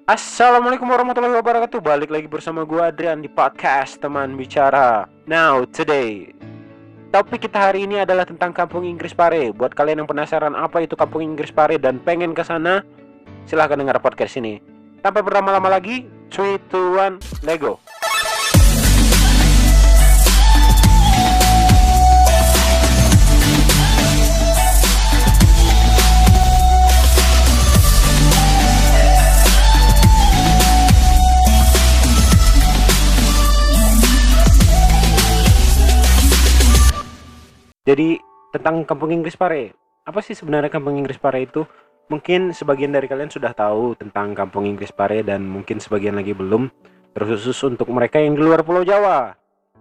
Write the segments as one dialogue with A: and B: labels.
A: Assalamualaikum warahmatullahi wabarakatuh. Balik lagi bersama gue Adrian di podcast Teman Bicara. Now today topik kita hari ini adalah tentang Kampung Inggris Pare. Buat kalian yang penasaran apa itu Kampung Inggris Pare dan pengen ke sana, silahkan dengar podcast ini. Tanpa berlama-lama lagi, 3, 2, 1, let's go. Jadi tentang Kampung Inggris Pare. Apa sih sebenarnya Kampung Inggris Pare itu? Mungkin sebagian dari kalian sudah tahu tentang Kampung Inggris Pare dan mungkin sebagian lagi belum. Terkhusus untuk mereka yang di luar Pulau Jawa.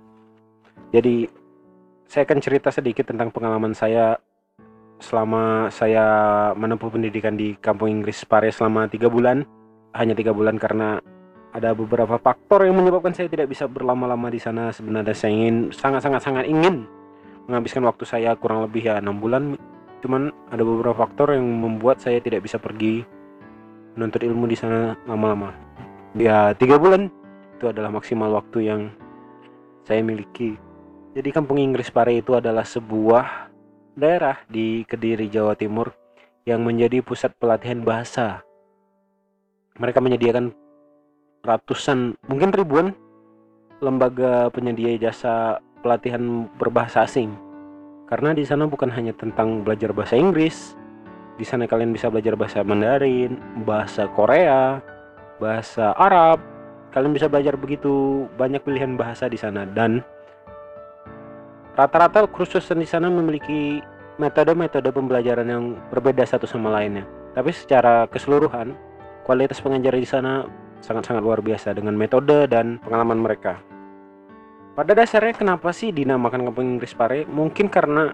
A: Jadi saya akan cerita sedikit tentang pengalaman saya selama saya menempuh pendidikan di Kampung Inggris Pare selama 3 bulan. Hanya 3 bulan karena ada beberapa faktor yang menyebabkan saya tidak bisa berlama-lama di sana. Sebenarnya saya ingin sangat ingin menghabiskan waktu saya kurang lebih 6 bulan. Cuman ada beberapa faktor yang membuat saya tidak bisa pergi menuntut ilmu di sana lama-lama. 3 bulan itu adalah maksimal waktu yang saya miliki. Jadi Kampung Inggris Pare itu adalah sebuah daerah di Kediri, Jawa Timur yang menjadi pusat pelatihan bahasa. Mereka menyediakan ratusan, mungkin ribuan lembaga penyedia jasa pelatihan berbahasa asing. Karena di sana bukan hanya tentang belajar bahasa Inggris. Di sana kalian bisa belajar bahasa Mandarin, bahasa Korea, bahasa Arab. Kalian bisa belajar begitu banyak pilihan bahasa di sana, dan rata-rata kursus di sana memiliki metode-metode pembelajaran yang berbeda satu sama lainnya. Tapi secara keseluruhan, kualitas pengajar di sana sangat-sangat luar biasa dengan metode dan pengalaman mereka. Pada dasarnya kenapa sih dinamakan Kampung Inggris Pare? Mungkin karena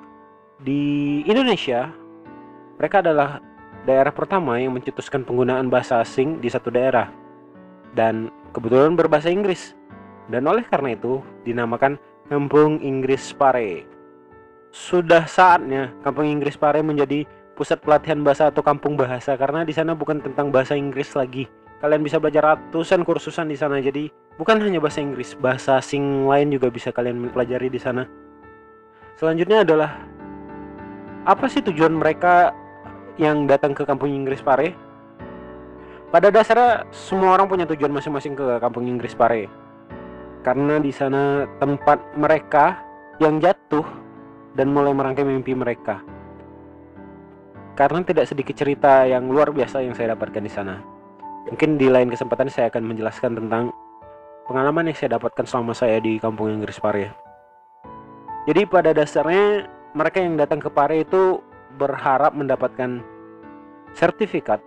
A: di Indonesia mereka adalah daerah pertama yang mencetuskan penggunaan bahasa asing di satu daerah, dan kebetulan berbahasa Inggris. Dan oleh karena itu dinamakan Kampung Inggris Pare. Sudah saatnya Kampung Inggris Pare menjadi pusat pelatihan bahasa atau kampung bahasa, karena di sana bukan tentang bahasa Inggris lagi. Kalian bisa belajar ratusan kursusan di sana. Jadi bukan hanya bahasa Inggris, bahasa asing lain juga bisa kalian pelajari di sana. Selanjutnya adalah apa sih tujuan mereka yang datang ke Kampung Inggris Pare? Pada dasarnya semua orang punya tujuan masing-masing ke Kampung Inggris Pare. Karena di sana tempat mereka yang jatuh dan mulai merangkai mimpi mereka. Karena tidak sedikit cerita yang luar biasa yang saya dapatkan di sana. Mungkin di lain kesempatan saya akan menjelaskan tentang pengalaman yang saya dapatkan selama saya di Kampung Inggris Pare. Jadi pada dasarnya mereka yang datang ke Pare itu berharap mendapatkan sertifikat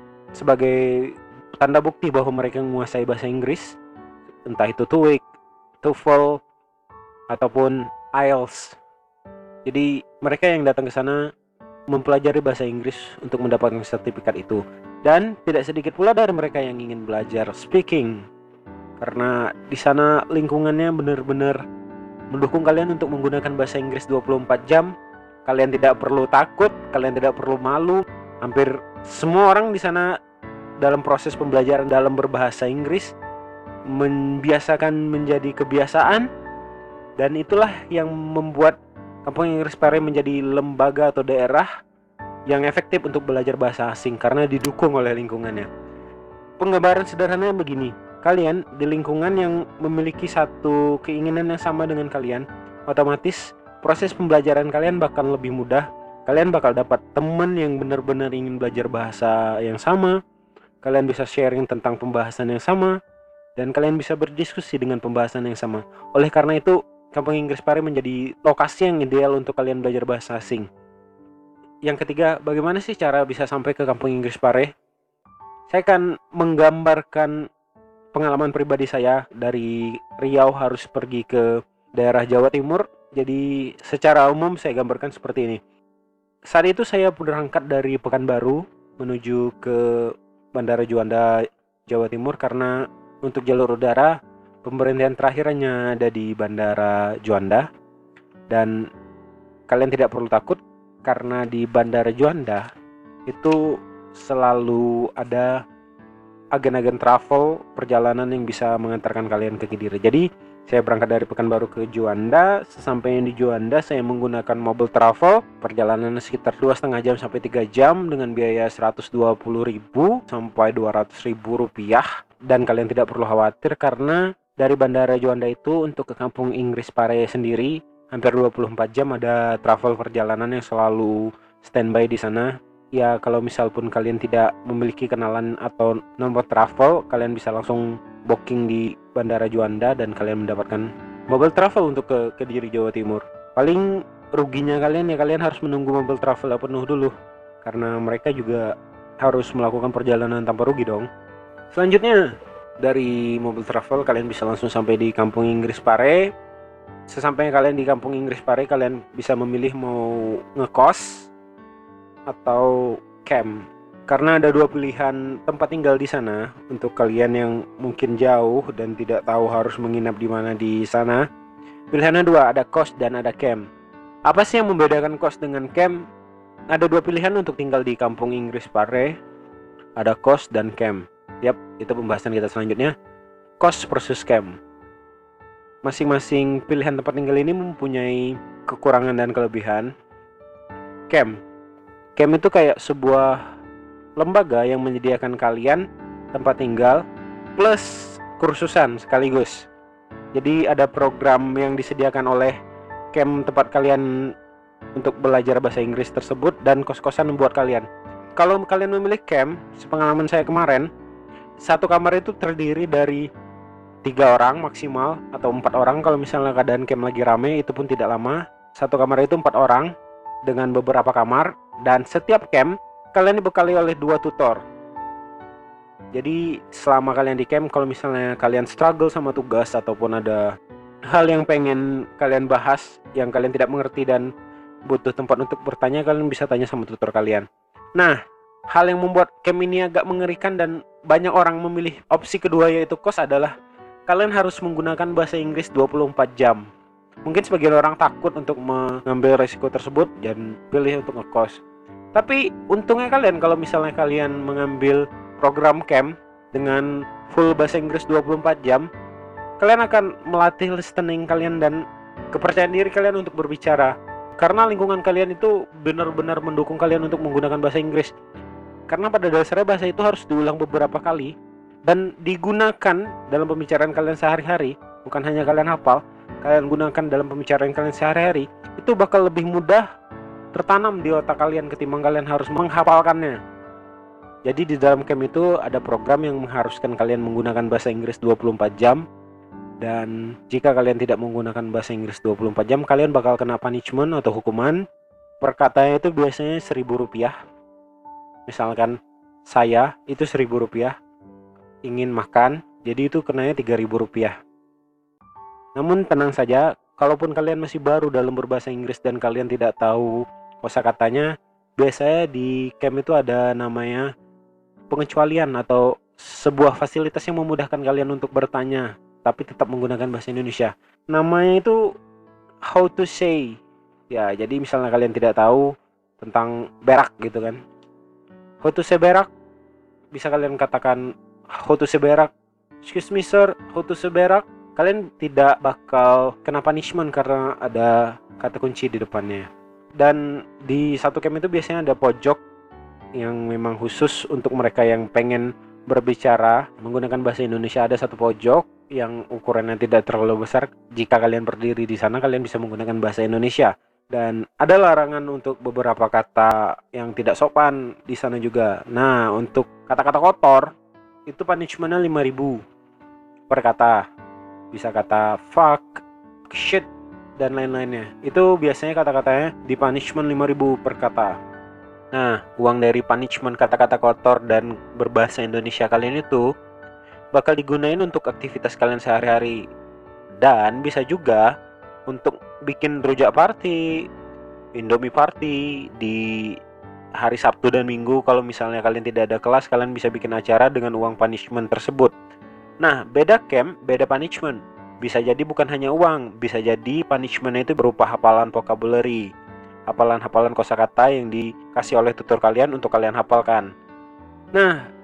A: sebagai tanda bukti bahwa mereka menguasai bahasa Inggris, entah itu TOEIC, TOEFL, ataupun IELTS. Jadi mereka yang datang ke sana mempelajari bahasa Inggris untuk mendapatkan sertifikat itu. Dan tidak sedikit pula dari mereka yang ingin belajar speaking, karena di sana lingkungannya benar-benar mendukung kalian untuk menggunakan bahasa Inggris 24 jam. Kalian tidak perlu takut, kalian tidak perlu malu. Hampir semua orang di sana dalam proses pembelajaran dalam berbahasa Inggris membiasakan menjadi kebiasaan, dan itulah yang membuat Kampung Inggris Pare menjadi lembaga atau daerah yang efektif untuk belajar bahasa asing karena didukung oleh lingkungannya. Penggambaran sederhananya begini, kalian di lingkungan yang memiliki satu keinginan yang sama dengan kalian, otomatis proses pembelajaran kalian bakal lebih mudah. Kalian bakal dapat teman yang benar-benar ingin belajar bahasa yang sama. Kalian bisa sharing tentang pembahasan yang sama, dan kalian bisa berdiskusi dengan pembahasan yang sama. Oleh karena itu, Kampung Inggris Pare menjadi lokasi yang ideal untuk kalian belajar bahasa asing. Yang ketiga, bagaimana sih cara bisa sampai ke Kampung Inggris Pare? Saya akan menggambarkan pengalaman pribadi saya dari Riau harus pergi ke daerah Jawa Timur. Jadi secara umum saya gambarkan seperti ini. Saat itu saya berangkat dari Pekanbaru menuju ke Bandara Juanda, Jawa Timur, karena untuk jalur udara pemberhentian terakhir hanya ada di Bandara Juanda. Dan kalian tidak perlu takut, karena di Bandara Juanda itu selalu ada agen-agen travel perjalanan yang bisa mengantarkan kalian ke Kediri. Jadi saya berangkat dari Pekanbaru ke Juanda. Sesampainya di Juanda saya menggunakan mobil travel, perjalanan sekitar 2,5 jam sampai 3 jam dengan biaya 120.000 sampai 200.000 rupiah. Dan kalian tidak perlu khawatir karena dari Bandara Juanda itu untuk ke Kampung Inggris Pare sendiri hampir 24 jam ada travel perjalanan yang selalu standby di sana. Ya kalau misal pun kalian tidak memiliki kenalan atau nomor travel, kalian bisa langsung booking di Bandara Juanda dan kalian mendapatkan mobil travel untuk ke Kediri, Jawa Timur. Paling ruginya kalian ya kalian harus menunggu mobil travel penuh dulu, karena mereka juga harus melakukan perjalanan tanpa rugi dong. Selanjutnya dari mobil travel kalian bisa langsung sampai di Kampung Inggris Pare. Sesampainya kalian di Kampung Inggris Pare, kalian bisa memilih mau ngekos atau camp, karena ada 2 pilihan tempat tinggal di sana untuk kalian yang mungkin jauh dan tidak tahu harus menginap di mana di sana. Pilihannya 2, ada kos dan ada camp. Apa sih yang membedakan kos dengan camp? Ada 2 pilihan untuk tinggal di Kampung Inggris Pare, ada kos dan camp. Yap, itu pembahasan kita selanjutnya, kos versus camp. Masing-masing pilihan tempat tinggal ini mempunyai kekurangan dan kelebihan. Camp itu kayak sebuah lembaga yang menyediakan kalian tempat tinggal plus kursusan sekaligus. Jadi ada program yang disediakan oleh camp tempat kalian untuk belajar bahasa Inggris tersebut dan kos-kosan membuat kalian. Kalau kalian memilih camp, sepengalaman saya kemarin, satu kamar itu terdiri dari 3 orang maksimal atau 4 orang kalau misalnya keadaan camp lagi rame, itu pun tidak lama. Satu kamar itu 4 orang dengan beberapa kamar, dan setiap camp kalian dibekali oleh 2 tutor. Jadi selama kalian di camp, kalau misalnya kalian struggle sama tugas ataupun ada hal yang pengen kalian bahas yang kalian tidak mengerti dan butuh tempat untuk bertanya, kalian bisa tanya sama tutor kalian. Nah, hal yang membuat camp ini agak mengerikan dan banyak orang memilih opsi kedua yaitu kos adalah kalian harus menggunakan bahasa Inggris 24 jam. Mungkin sebagian orang takut untuk mengambil resiko tersebut dan pilih untuk ngekos. Tapi untungnya kalian kalau misalnya kalian mengambil program camp dengan full bahasa Inggris 24 jam, kalian akan melatih listening kalian dan kepercayaan diri kalian untuk berbicara. Karena lingkungan kalian itu benar-benar mendukung kalian untuk menggunakan bahasa Inggris. Karena pada dasarnya bahasa itu harus diulang beberapa kali dan digunakan dalam pembicaraan kalian sehari-hari, bukan hanya kalian hafal. Kalian gunakan dalam pembicaraan kalian sehari-hari, itu bakal lebih mudah tertanam di otak kalian ketimbang kalian harus menghafalkannya. Jadi di dalam camp itu ada program yang mengharuskan kalian menggunakan bahasa Inggris 24 jam. Dan jika kalian tidak menggunakan bahasa Inggris 24 jam, kalian bakal kena punishment atau hukuman. Per katanya itu biasanya 1.000 rupiah. Misalkan saya itu 1.000 rupiah, ingin makan, jadi itu kenanya 3.000 rupiah. Namun tenang saja, kalaupun kalian masih baru dalam berbahasa Inggris dan kalian tidak tahu kosakatanya, biasanya di camp itu ada namanya pengecualian atau sebuah fasilitas yang memudahkan kalian untuk bertanya tapi tetap menggunakan bahasa Indonesia. Namanya itu how to say. Ya, jadi misalnya kalian tidak tahu tentang berak gitu kan, how to say berak, bisa kalian katakan how to say berak, excuse me sir, how to say berak. Kalian tidak bakal kena punishment karena ada kata kunci di depannya. Dan di satu camp itu biasanya ada pojok yang memang khusus untuk mereka yang pengen berbicara menggunakan bahasa Indonesia. Ada satu pojok yang ukurannya tidak terlalu besar. Jika kalian berdiri di sana, kalian bisa menggunakan bahasa Indonesia. Dan ada larangan untuk beberapa kata yang tidak sopan di sana juga. Nah, untuk kata-kata kotor itu punishmentnya 5.000 per kata. Bisa kata fuck, shit, dan lain-lainnya. Itu biasanya kata-katanya di punishment 5.000 per kata. Nah, uang dari punishment kata-kata kotor dan berbahasa Indonesia kalian itu bakal digunain untuk aktivitas kalian sehari-hari. Dan bisa juga untuk bikin rujak party, Indomie party di hari Sabtu dan Minggu. Kalau misalnya kalian tidak ada kelas, kalian bisa bikin acara dengan uang punishment tersebut. Nah, beda camp, beda punishment. Bisa jadi bukan hanya uang, bisa jadi punishment itu berupa hafalan vocabulary, hafalan-hafalan kosakata yang dikasih oleh tutor kalian untuk kalian hafalkan. Nah,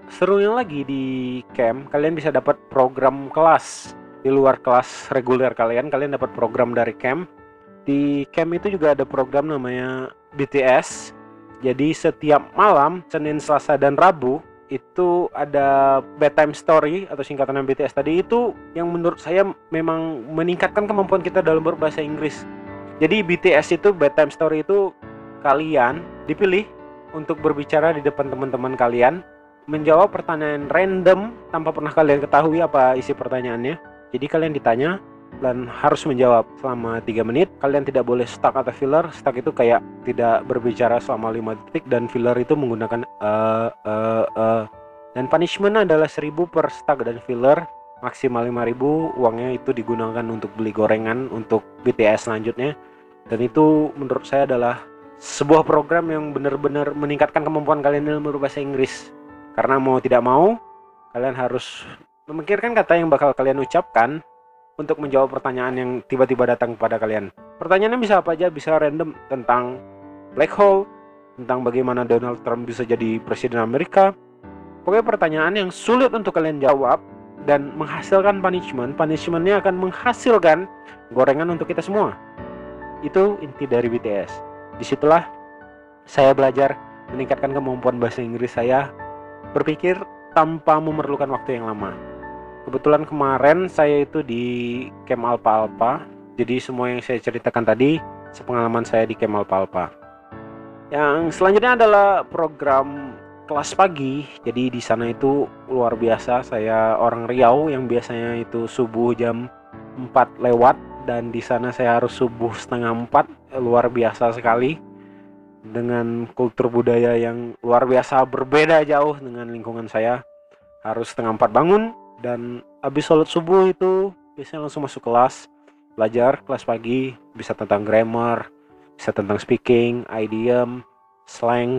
A: serunya lagi di camp, kalian bisa dapat program kelas. Di luar kelas reguler kalian dapat program dari camp. Di camp itu juga ada program namanya BTS. Jadi setiap malam, Senin, Selasa, dan Rabu itu ada bedtime story atau singkatan BTS tadi, itu yang menurut saya memang meningkatkan kemampuan kita dalam berbahasa Inggris. Jadi BTS itu bedtime story itu kalian dipilih untuk berbicara di depan teman-teman kalian, menjawab pertanyaan random tanpa pernah kalian ketahui apa isi pertanyaannya. Jadi kalian ditanya dan harus menjawab selama 3 menit. Kalian tidak boleh stuck atau filler. Stuck itu kayak tidak berbicara selama 5 detik, dan filler itu menggunakan Dan punishment adalah 1.000 per stuck dan filler, maksimal 5.000. Uangnya itu digunakan untuk beli gorengan untuk BTS selanjutnya. Dan itu menurut saya adalah sebuah program yang benar-benar meningkatkan kemampuan kalian dalam berbahasa Inggris. Karena mau tidak mau, kalian harus memikirkan kata yang bakal kalian ucapkan untuk menjawab pertanyaan yang tiba-tiba datang kepada kalian. Pertanyaannya bisa apa aja, bisa random, tentang black hole, tentang bagaimana Donald Trump bisa jadi presiden Amerika. Pokoknya pertanyaan yang sulit untuk kalian jawab dan menghasilkan punishment. Punishmentnya akan menghasilkan gorengan untuk kita semua. Itu inti dari BTS. Disitulah saya belajar meningkatkan kemampuan bahasa Inggris saya, berpikir tanpa memerlukan waktu yang lama. Kebetulan kemarin saya itu di Camp Alpa-Alpa. Jadi semua yang saya ceritakan tadi sepengalaman saya di Camp Alpa-Alpa. Yang selanjutnya adalah program kelas pagi. Jadi di sana itu luar biasa. Saya orang Riau yang biasanya itu subuh jam 4 lewat, dan di sana saya harus subuh setengah 4. Luar biasa sekali, dengan kultur budaya yang luar biasa berbeda jauh dengan lingkungan saya. Harus setengah 4 bangun, dan habis sholat subuh itu biasanya langsung masuk kelas, belajar kelas pagi. Bisa tentang grammar, bisa tentang speaking, idiom, slang,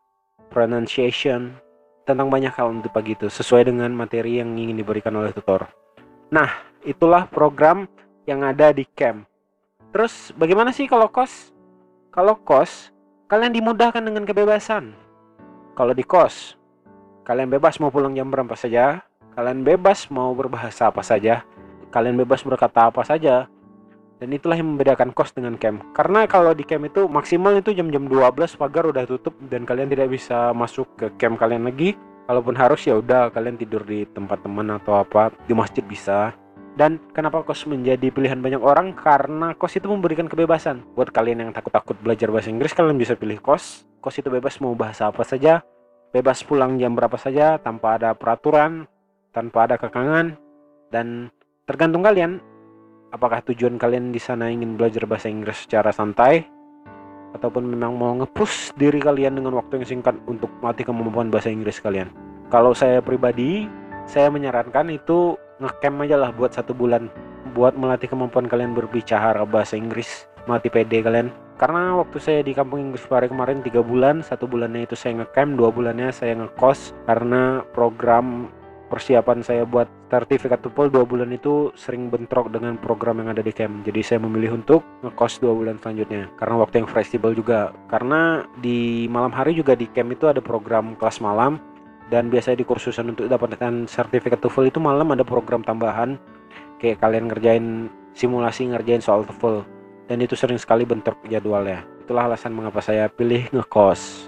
A: pronunciation, tentang banyak hal untuk pagi itu, sesuai dengan materi yang ingin diberikan oleh tutor. Nah, itulah program yang ada di camp. Terus bagaimana sih kalau kos? Kalau kos, kalian dimudahkan dengan kebebasan. Kalau di kos, kalian bebas mau pulang jam berapa saja, kalian bebas mau berbahasa apa saja, kalian bebas berkata apa saja. Dan itulah yang membedakan kos dengan camp. Karena kalau di camp itu maksimal itu jam-jam 12 pagar udah tutup, dan kalian tidak bisa masuk ke camp kalian lagi. Kalaupun harus, ya udah kalian tidur di tempat teman atau apa, di masjid bisa. Dan kenapa kos menjadi pilihan banyak orang? Karena kos itu memberikan kebebasan. Buat kalian yang takut-takut belajar bahasa Inggris, kalian bisa pilih kos. Kos itu bebas mau bahasa apa saja, bebas pulang jam berapa saja, tanpa ada peraturan, tanpa ada kekangan. Dan tergantung kalian, apakah tujuan kalian di sana ingin belajar bahasa Inggris secara santai, ataupun memang mau nge-push diri kalian dengan waktu yang singkat untuk melatih kemampuan bahasa Inggris kalian. Kalau saya pribadi, saya menyarankan itu nge-camp aja lah buat 1 bulan, buat melatih kemampuan kalian berbicara bahasa Inggris, melatih PD kalian. Karena waktu saya di kampung Inggris Pare kemarin 3 bulan, 1 bulannya itu saya nge-camp, 2 bulannya saya ngekos. Karena program persiapan saya buat sertifikat TOEFL 2 bulan itu sering bentrok dengan program yang ada di camp. Jadi saya memilih untuk ngekos 2 bulan selanjutnya, karena waktu yang fleksibel juga. Karena di malam hari juga di camp itu ada program kelas malam, dan biasanya di kursusan untuk dapatkan sertifikat TOEFL itu malam ada program tambahan, kayak kalian ngerjain simulasi, ngerjain soal TOEFL, dan itu sering sekali bentrok jadwalnya. Itulah alasan mengapa saya pilih ngekos.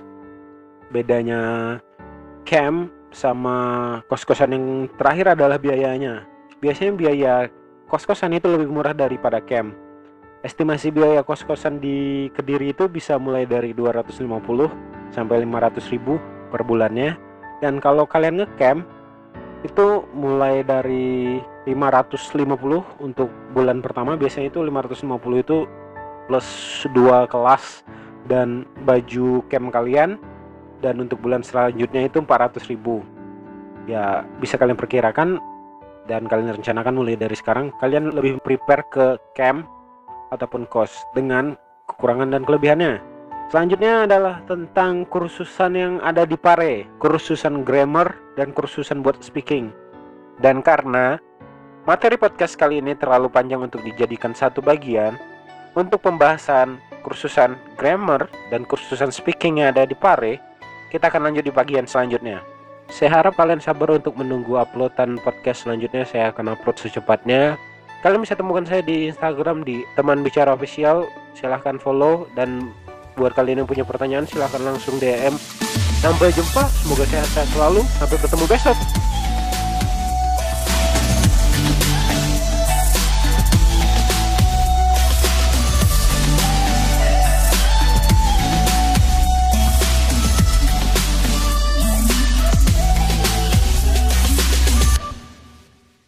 A: Bedanya camp sama kos-kosan yang terakhir adalah biayanya. Biasanya biaya kos-kosan itu lebih murah daripada camp. Estimasi biaya kos-kosan di Kediri itu bisa mulai dari 250 sampai 500 ribu per bulannya. Dan kalau kalian ngecamp itu mulai dari 550 untuk bulan pertama. Biasanya itu 550 itu plus 2 kelas dan baju camp kalian. Dan untuk bulan selanjutnya itu 400 ribu. Ya bisa kalian perkirakan dan kalian rencanakan mulai dari sekarang. Kalian lebih prepare ke camp ataupun kos dengan kekurangan dan kelebihannya. Selanjutnya adalah tentang kursusan yang ada di Pare, kursusan grammar dan kursusan buat speaking. Dan karena materi podcast kali ini terlalu panjang untuk dijadikan satu bagian, untuk pembahasan kursusan grammar dan kursusan speaking yang ada di Pare, kita akan lanjut di bagian selanjutnya. Saya harap kalian sabar untuk menunggu uploadan podcast selanjutnya. Saya akan upload secepatnya. Kalian bisa temukan saya di Instagram di Teman Bicara Official. Silahkan follow, dan buat kalian yang punya pertanyaan silahkan langsung DM. Sampai jumpa, semoga sehat-sehat selalu. Sampai bertemu besok.